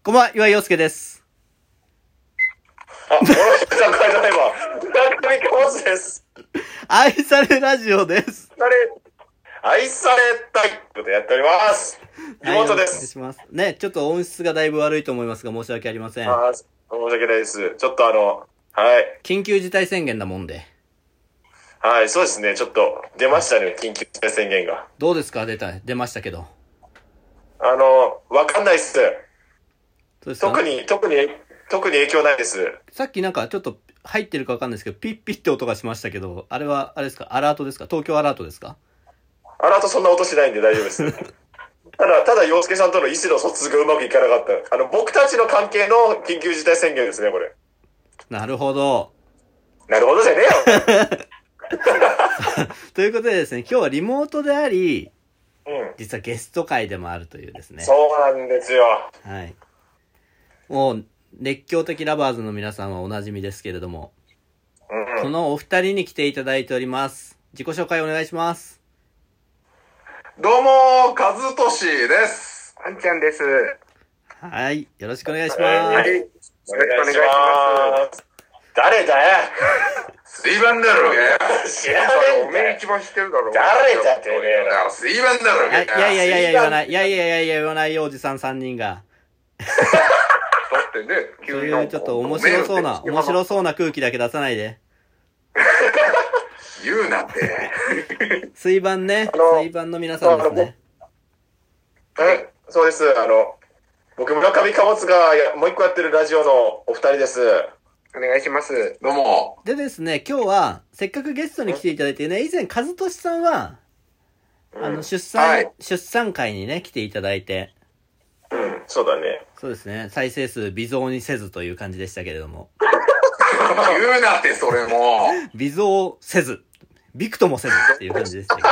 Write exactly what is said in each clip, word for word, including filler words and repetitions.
こんばんは、岩井陽介です。 あ、モロシャ社会ドライバー、村上貨物です。 愛されラジオです。 あれ、愛されたいことやっております。妹です。 はい、お願いします。ね、ちょっと音質がだいぶ悪いと思いますが、申し訳ありません。 あ、申し訳ないです。ちょっとあの、はい。 緊急事態宣言だもんで。 はい、そうですね。ちょっと出ましたね、緊急事態宣言が。 どうですか？出た、出ましたけど。 あの、わかんないっす。 そうですか？ 特に、特に、特に影響ないです。 さっきなんかちょっと入ってるかわかんないですけど、ピッピッって音がしましたけど、あれは、あれですか？アラートですか？東京アラートですか？ アラートそんな音しないんで大丈夫です。ただ、ただ、洋介さんとの意思の疎通がうまくいかなかった。あの、僕たちの関係の緊急事態宣言ですね、これ。 なるほど。 なるほどじゃねえよ。 ということでですね、今日はリモートであり、 うん、 実はゲスト会でもあるというですね。 そうなんですよ。 はい。もう、熱狂的ラバーズの皆さんはおなじみですけれども、 うんうん、 そのお二人に来ていただいております。自己紹介お願いします。 どうも、かずとしです。 あんちゃんです。 はい。よろしくお願いします。 はい。 お願いします。 誰だよ。 水盤だろうが。 知らねえんだよ。 おめえ一番知ってるだろう。 誰だってねえだから水盤だろうが。 いやいやいやいや言わない。いやいやいやいや言わないよ、おじさん三人が。 だってね、 そういうちょっと面白そうな、面白そうな空気だけ出さないで。 言うなって。 水盤ね。水盤の皆さんですね。 え、そうです。あの、僕、村上貨物がもう一個やってるラジオのお二人です。 お願いします。 どうも。 でですね、今日は、せっかくゲストに来ていただいてね、以前、和俊さんは、あの、出産、 はい、 出産会にね、来ていただいて。 うん、そうだね。 そうですね、再生数微増にせずという感じでしたけれども。 言うなって、それも。 微増せず、びくともせずっていう感じでしたけど。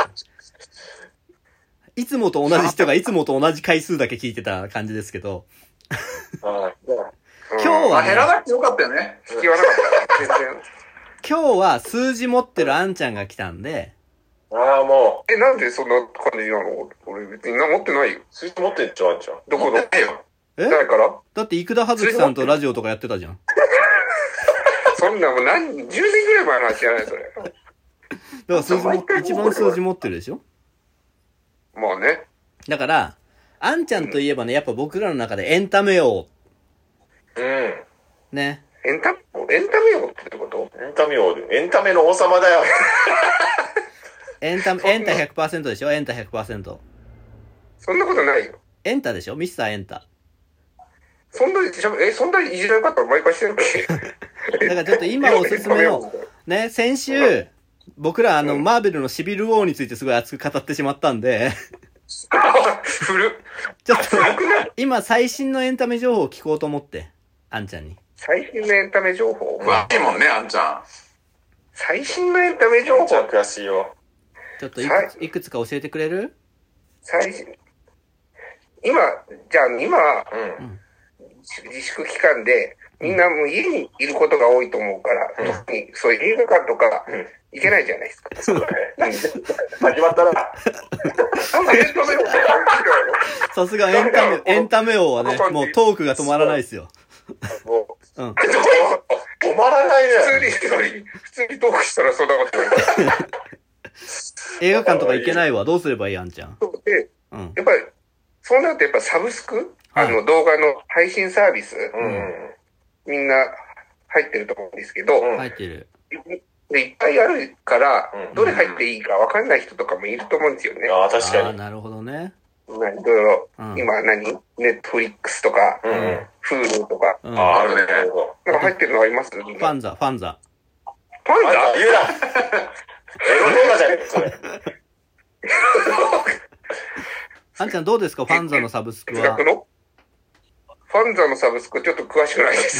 いつもと同じ人がいつもと同じ回数だけ聞いてた感じですけど。 あ今日はね、 減らなくてよかったよね。 引きはなかった。全然。 今日は数字持ってるあんちゃんが来たんで。 ああ、もえ、なんでそんな感じなの？俺別に持ってないよ。 う、数字持ってんじゃん、あんちゃん。 どこの？ よ。 え誰からだって生田葉月さんとラジオとかやってたじゃん。 そんなもう何、じゅうねんぐらい前の話じゃないそれ。 だから数字も、一番数字持ってるでしょ？ まあね。 だから、あんちゃんといえばね、やっぱ僕らの中でエンタメ王。 うん。 ね。 エンタ、エンタメよってことエンタメ王で、エンタメの王様だよ。 エンタ、エンタ ひゃくパーセント でしょ？エンタ ひゃくパーセント。 そんなことないよ。 エンタでしょ？ミスターエンタ。 そんな、え、そんないじられ方毎回してるっけ？ だからちょっと今おすすめの、ね、先週、僕らあの、マーベルのシビルウォーについてすごい熱く語ってしまったんで、 古っ。 ちょっと、今最新のエンタメ情報を聞こうと思って、あんちゃんに。 最新のエンタメ情報悪いもんね、あんちゃん。 最新のエンタメ情報あんちゃん詳しいよ。 ちょっといくつ、いくつか教えてくれる？ 最新。今、じゃあ今、 うん。 自粛期間で、みんなもう家にいることが多いと思うから、 うん、 特にそういう映画館とかうん、 行けないじゃないですか。 そうだね。始まったら。 なんかエンタメのさすがエンタメ、エンタメ王はね、もうトークが止まらないですよ。 もう、 うん。 止まらないね。 普通に、普通にトークしたらそんなこと言われる。 映画館とか行けないわ。どうすればいいあんちゃん。 で、 うん。 やっぱり、そうなるとやっぱサブスク、 はい、 あの動画の配信サービス、 うん、 みんな入ってると思うんですけど、 うん、 入ってる。 で、いっぱいあるから、 うん、 どれ入っていいか分かんない人とかもいると思うんですよね。 ああ、確かに。 ああ、なるほどね。 いろいろ、 うん、 今何ネットフリックスとか、 うん、 フールとか、 うん、 ああるね。 なんか入ってるのあります？ ファンザ、ファンザ。 ファンザ言うな。エロ動画じゃねえ、それ。 あんちゃんどうですかファンザのサブスクは。 のファンザのサブスクちょっと詳しくないです。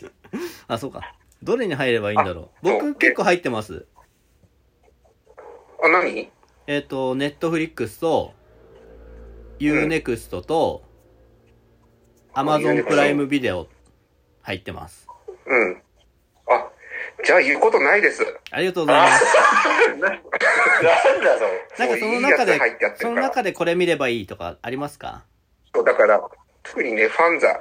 あ、そうか。どれに入ればいいんだろう。僕結構入ってます。 あ、何？ えっと、ネットフリックスと、ユーネクストと、アマゾンプライムビデオ入ってます。 うん。あ、じゃあ言うことないです。 ありがとうございます。 なんだそれ。 なんかその中でいいやつ入ってやってるから、 その中でこれ見ればいいとかありますか？ だから、特にね、ファンザ、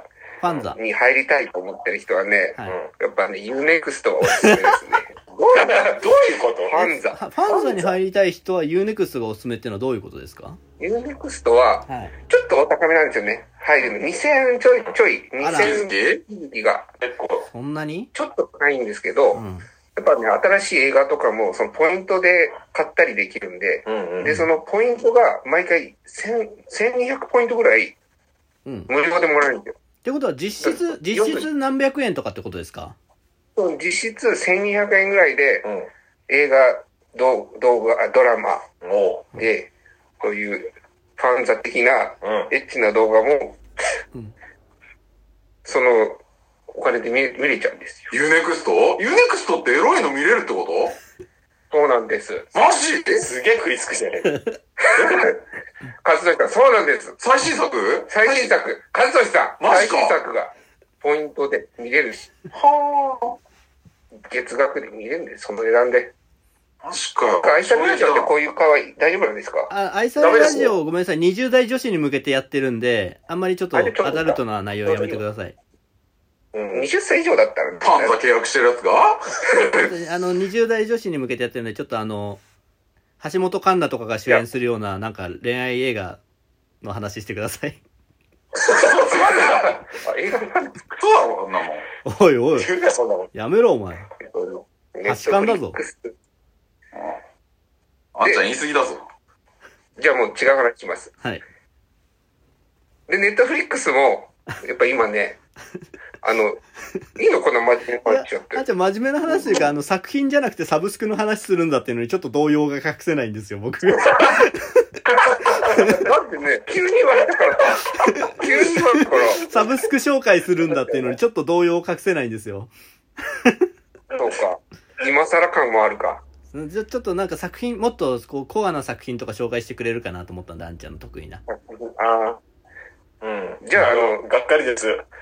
ファンザ。 に入りたいと思ってる人はね、 はい。 やっぱね、ユーネクストがおすすめですね。 どういうことファンザ。 ファンザに入りたい人は ユーネクストがおすすめっていうのはどういうことですか？ ユーネクストは、 はい。 ちょっとお高めなんですよね。入るの。にせんえんちょい、ちょい。 あらにせんギガ。 結構。 そんなに？ ちょっと高いんですけど、 うん。 やっぱね、新しい映画とかも、そのポイントで買ったりできるんで、 うんうん。 で、そのポイントが毎回せん、せんにひゃくポイントぐらいうん。 無料でもらえるんですよ。 ってことは実質、実質何百円とかってことですか？ 実質せんにひゃくえんぐらいで、 うん。 映画、動動画、あドラマおう。 で、そういうファンザ的なうん。 エッチな動画も、 うんそのお金で見見れちゃうんですよ。 ユーネクストユーネクストってエロいの見れるってことそうなんです。 マジすげえ食いつくじゃねえか。 和俊さん、そうなんです。 最新作最新作、和俊さん、最マジか新作がポイントで見れるし、 は月額で見れるんです、その値段で。 あ。マジかよ。 愛されラジオってこういう可愛い、大丈夫なんですか？ あ、愛されラジオごめんなさい。にじゅう代女子に向けてやってるんで、あんまりちょっとアあれちょっとダルトな内容やめてください。 うん、はたち以上だったらね。 ファンザ契約してるやつがあの、にじゅう代女子に向けてやってるんで、ちょっとあの、橋本環奈とかが主演するような、なんか恋愛映画の話してください。 あ、映画なんですか？ そうだろ、こんなもん。 おいおい、 言うな、そんなもん。 やめろお前。端感だぞ Netflix あんちゃん言い過ぎだぞ。 じゃあもう違う話します。 はい。 で、ネットフリックスも、やっぱ今ね、あの、いいのこんな真面目いやな話しちゃってあ。んちゃん真面目な話というか、あの、作品じゃなくてサブスクの話するんだっていうのにちょっと動揺が隠せないんですよ、僕。 だってね、急に言われたからさ、急に言われたから、 サブスク紹介するんだっていうのにちょっと動揺を隠せないんですよ。 そうか。今更感もあるか。 じゃ、ちょっとなんか作品、もっとこう、コアな作品とか紹介してくれるかなと思ったんで、あんちゃんの得意な。 あうん。 じゃあ、あの、 がっかりです。 じゃあ、わか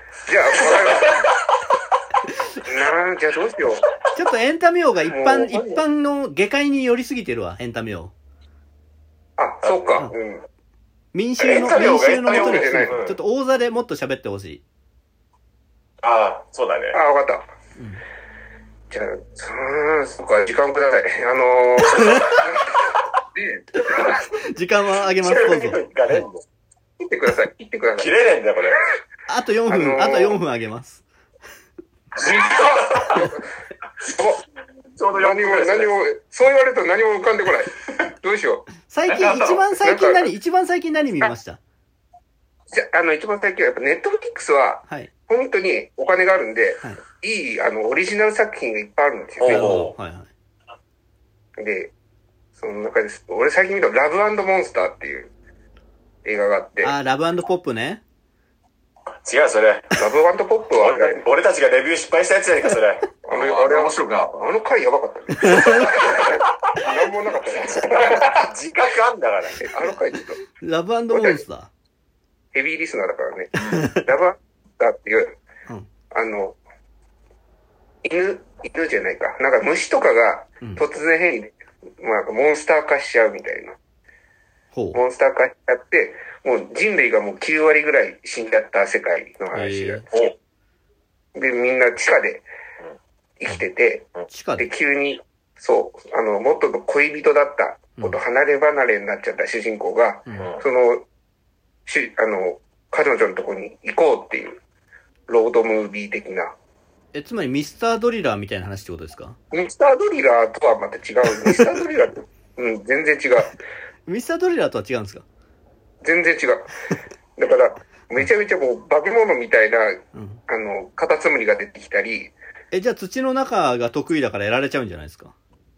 りました。なあ、じゃあどうしよう。 ちょっとエンタメ王が一般、 もう一般の下界に寄りすぎてるわ、エンタメ王。 あ、そうか。うん。 民衆の、 エンタメ王が民衆のもとにエンタメ王じゃないちょっと大座でもっと喋ってほしい。 ああ、そうだね。 あ、わかった。 うんじゃあ、そーそっか、時間ください。あのー、で、 時間はあげます、どうぞ。 がね切ってください。切ってください。 切れねえんだよ、これ。 あとよんぷん、 あのーあとよんぷんあげます。 ちょうど何も、何も、そう言われると何も浮かんでこない。どうしよう。 最近、一番最近何、一番最近何見ました？ じゃあ、あの、一番最近はやっぱネットフリックスは、 はい。 本当にお金があるんで、 はい。 いい、あの、オリジナル作品がいっぱいあるんですよね。 おはいはい。 で、その中です。俺最近見たラブ&モンスターっていう映画があって、ラあー、ラブ&ポップね。 違う、それ。 ブ&ポップはあれ、 俺たちがレビュー失敗したやつじゃねえか、それ。 あの、あれ面白くなかっあの回やばかったね。なんもなかったね。 自覚あんだから。 あの回ちょっとラブ&モンスター。 ヘビーリスナーだからね。ラブ&モンスターっていう、 うんあの、犬、犬じゃないか。なんか虫とかがうん突然変に、まあ、モンスター化しちゃうみたいな。 ほう。 モンスター化しちゃって、もう人類がもうきゅう割ぐらい死んじゃった世界の話が。 おで、みんな地下で生きてて、で、 地下で。 急に、そう、あの、元の恋人だったこと離れ離れになっちゃった主人公が、 うん。 その、し、あの、彼女のとこに行こうっていう、ロードムービー的な。 え、つまりミスタードリラーみたいな話ってことですか？ ミスタードリラーとはまた違う。ミスタードリラーって、うん、全然違う。 ミスタードリラーとは違うんですか？ 全然違う。だから、めちゃめちゃもう化け物みたいな、 うん。 あの、カタツムリが出てきたり、 え、じゃあ土の中が得意だからやられちゃうんじゃないですか？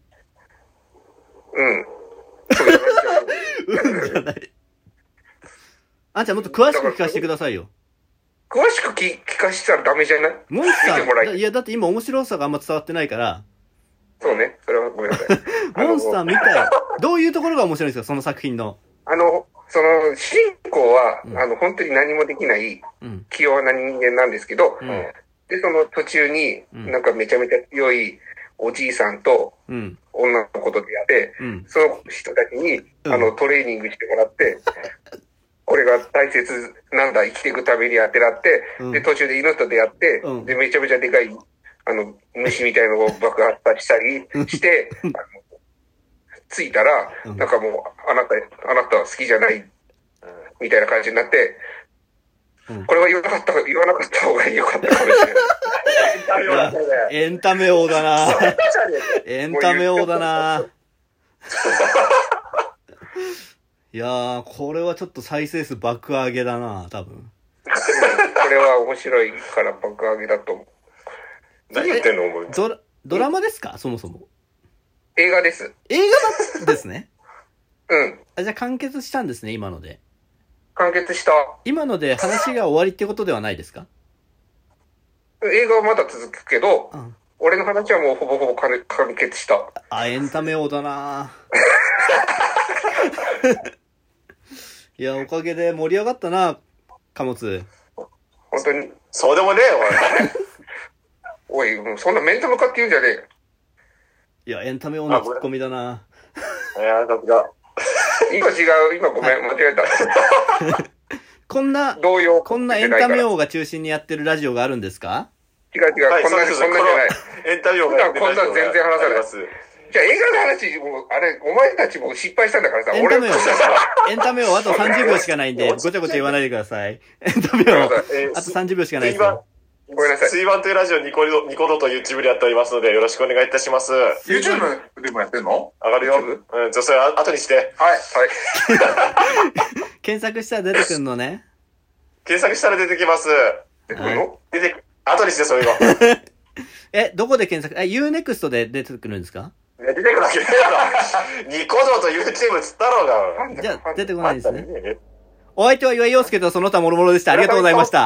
うん。そういう感じうんじゃない。あんちゃんもっと詳しく聞かせてくださいよ。 詳しく聞聞かしたらダメじゃない？ モンスタ見てもらいたいー、いやだって今面白さがあんま伝わってないから、 そうね。それはごめんなさい。 モンスターあの、 みたい。どういうところが面白いんですか、その作品の。 あのその、主人公は、 うんあの、本当に何もできない、 うん。 器用な人間なんですけど、 うん。 で、その途中に、 うんなんかめちゃめちゃ強いおじいさんとうん。 女の子と出会って、 うん。 その人たちに、 うんあの、トレーニングしてもらって、 これが大切なんだ、生きていくためにやってなって、 うんで、途中で犬と出会って、 うん、 で、めちゃめちゃでかい、あの、虫みたいなのを爆発したりして、あの着いたら、 うん、 なんかもう、あなた、あなたは好きじゃない、みたいな感じになって、うん、これは言わなかった、言わなかった方がよかったかもしれない。 エンタメ王だなエンタメ王だないやー、これはちょっと再生数爆上げだな多分。 これは面白いから爆上げだと思う。 何言ってんのお前。 ドラ、ドラマですかそもそも。 映画です。 映画なんですね。 うん。 あ、じゃあ完結したんですね、今ので。 完結した。 今ので話が終わりってことではないですか？ 映画はまだ続くけど、 うん、 俺の話はもうほぼほぼ完結した。 あ、エンタメ王だないや、おかげで盛り上がったな、貨物。 本当に。 そうでもねえよ、 おい。おい、もうそんな面と向かって言うんじゃねえよ。 いや、エンタメ王のツッコミだな。 いや、さすが。 今違う、今ごめん、間違えた。 こんな、 同様こんなエンタメ王が中心にやってるラジオがあるんですか？ 違う違う、はい、こんな、こんなんじゃない。 エンタメ王がやってるラジオがこんなん全然話さない。じゃあ映画の話、もう、あれ、お前たちも失敗したんだからさ、 エンタメ王、エンタメ王あとさんじゅうびょうしかないんで、ごちゃごちゃ言わないでください。エンタメ王、あとさんじゅうびょうしかないですよ。 ごめんなさい。水盤というラジオニコド、ニコ動と YouTube でやっておりますので、よろしくお願いいたします。 YouTube でもやってんの？ 上がるよ。うん、じゃあそれ後にして。 はい。はい。 検索したら出てくるのね。 検索したら出てきます。 出てくるの？ 出て、後にして、それは。 え、どこで検索、え、ユーネクスト で出てくるんですか？ 出てくるわけねえだろ。ニコ動と YouTube つったろうが。 じゃあ、出てこないですね。お相手は岩井陽介とその他諸々でした。ありがとうございました。